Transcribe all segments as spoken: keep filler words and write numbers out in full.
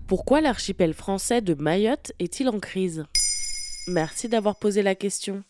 Pourquoi l'archipel français de Mayotte est-il en crise ? Merci d'avoir posé la question.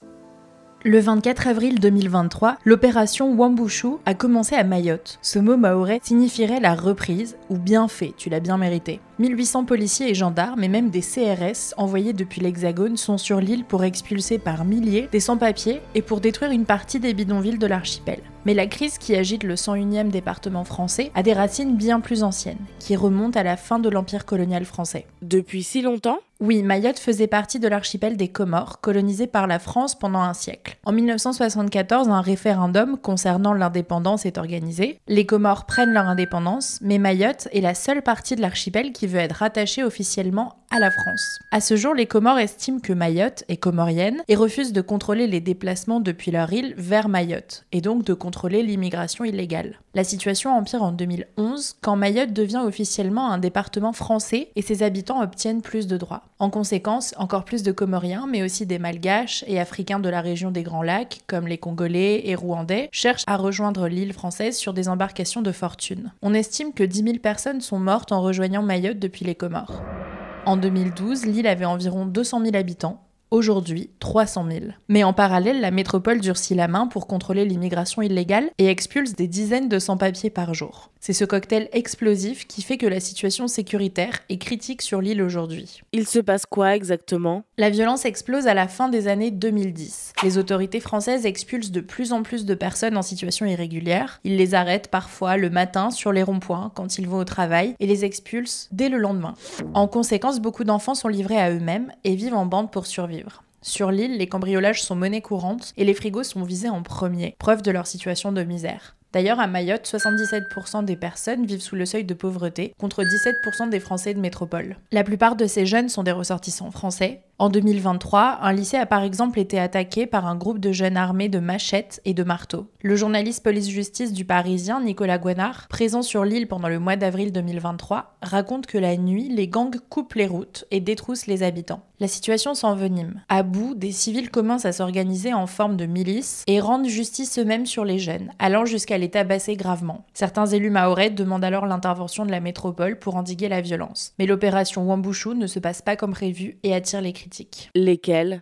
Le vingt-quatre avril deux mille vingt-trois, l'opération Wambushu a commencé à Mayotte. Ce mot mahorais signifierait la reprise ou bien fait, tu l'as bien mérité. mille huit cents policiers et gendarmes et même des C R S envoyés depuis l'Hexagone sont sur l'île pour expulser par milliers des sans-papiers et pour détruire une partie des bidonvilles de l'archipel. Mais la crise qui agite le cent unième département français a des racines bien plus anciennes, qui remontent à la fin de l'empire colonial français. Depuis si longtemps ? Oui, Mayotte faisait partie de l'archipel des Comores, colonisé par la France pendant un siècle. En mille neuf cent soixante-quatorze, un référendum concernant l'indépendance est organisé. Les Comores prennent leur indépendance, mais Mayotte est la seule partie de l'archipel qui veut être rattachée officiellement à la France. À ce jour, les Comores estiment que Mayotte est comorienne et refusent de contrôler les déplacements depuis leur île vers Mayotte, et donc de contrôler l'immigration illégale. La situation empire en deux mille onze, quand Mayotte devient officiellement un département français et ses habitants obtiennent plus de droits. En conséquence, encore plus de Comoriens, mais aussi des Malgaches et Africains de la région des Grands Lacs, comme les Congolais et Rwandais, cherchent à rejoindre l'île française sur des embarcations de fortune. On estime que dix mille personnes sont mortes en rejoignant Mayotte depuis les Comores. En deux mille douze, l'île avait environ deux cent mille habitants. Aujourd'hui, trois cent mille. Mais en parallèle, la métropole durcit la main pour contrôler l'immigration illégale et expulse des dizaines de sans-papiers par jour. C'est ce cocktail explosif qui fait que la situation sécuritaire est critique sur l'île aujourd'hui. Il se passe quoi exactement ? La violence explose à la fin des années deux mille dix. Les autorités françaises expulsent de plus en plus de personnes en situation irrégulière. Ils les arrêtent parfois le matin sur les ronds-points quand ils vont au travail et les expulsent dès le lendemain. En conséquence, beaucoup d'enfants sont livrés à eux-mêmes et vivent en bande pour survivre. Sur l'île, les cambriolages sont monnaie courante et les frigos sont visés en premier, preuve de leur situation de misère. D'ailleurs, à Mayotte, soixante-dix-sept pour cent des personnes vivent sous le seuil de pauvreté, contre dix-sept pour cent des Français de métropole. La plupart de ces jeunes sont des ressortissants français. En deux mille vingt-trois, un lycée a par exemple été attaqué par un groupe de jeunes armés de machettes et de marteaux. Le journaliste police-justice du Parisien, Nicolas Guenard, présent sur l'île pendant le mois d'avril deux mille vingt-trois, raconte que la nuit, les gangs coupent les routes et détroussent les habitants. La situation s'envenime. À bout, des civils commencent à s'organiser en forme de milices et rendent justice eux-mêmes sur les jeunes, allant jusqu'à les tabasser gravement. Certains élus mahorais demandent alors l'intervention de la métropole pour endiguer la violence. Mais l'opération Wambushu ne se passe pas comme prévu et attire les critiques. Lesquelles ?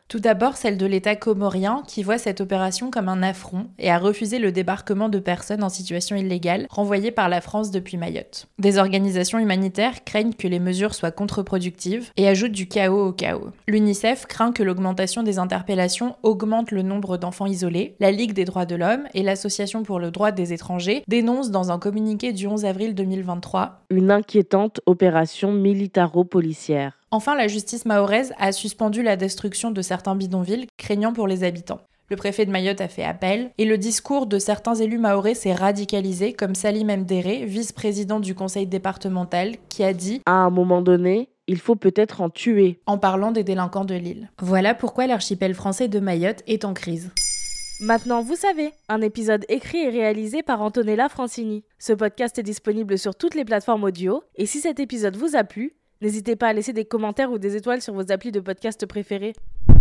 Tout d'abord, celle de l'État comorien qui voit cette opération comme un affront et a refusé le débarquement de personnes en situation illégale renvoyées par la France depuis Mayotte. Des organisations humanitaires craignent que les mesures soient contre-productives et ajoutent du chaos au chaos. L'UNICEF craint que l'augmentation des interpellations augmente le nombre d'enfants isolés. La Ligue des droits de l'homme et l'Association pour le droit des étrangers dénoncent dans un communiqué du onze avril deux mille vingt-trois une inquiétante opération militaro-policière. Enfin, la justice mahoraise a suspendu la destruction de certains bidonvilles, craignant pour les habitants. Le préfet de Mayotte a fait appel, et le discours de certains élus mahorais s'est radicalisé, comme Salim Mdéré, vice-président du conseil départemental, qui a dit « À un moment donné, il faut peut-être en tuer », en parlant des délinquants de l'île. Voilà pourquoi l'archipel français de Mayotte est en crise. Maintenant, vous savez, un épisode écrit et réalisé par Antonella Francini. Ce podcast est disponible sur toutes les plateformes audio, et si cet épisode vous a plu, n'hésitez pas à laisser des commentaires ou des étoiles sur vos applis de podcast préférés.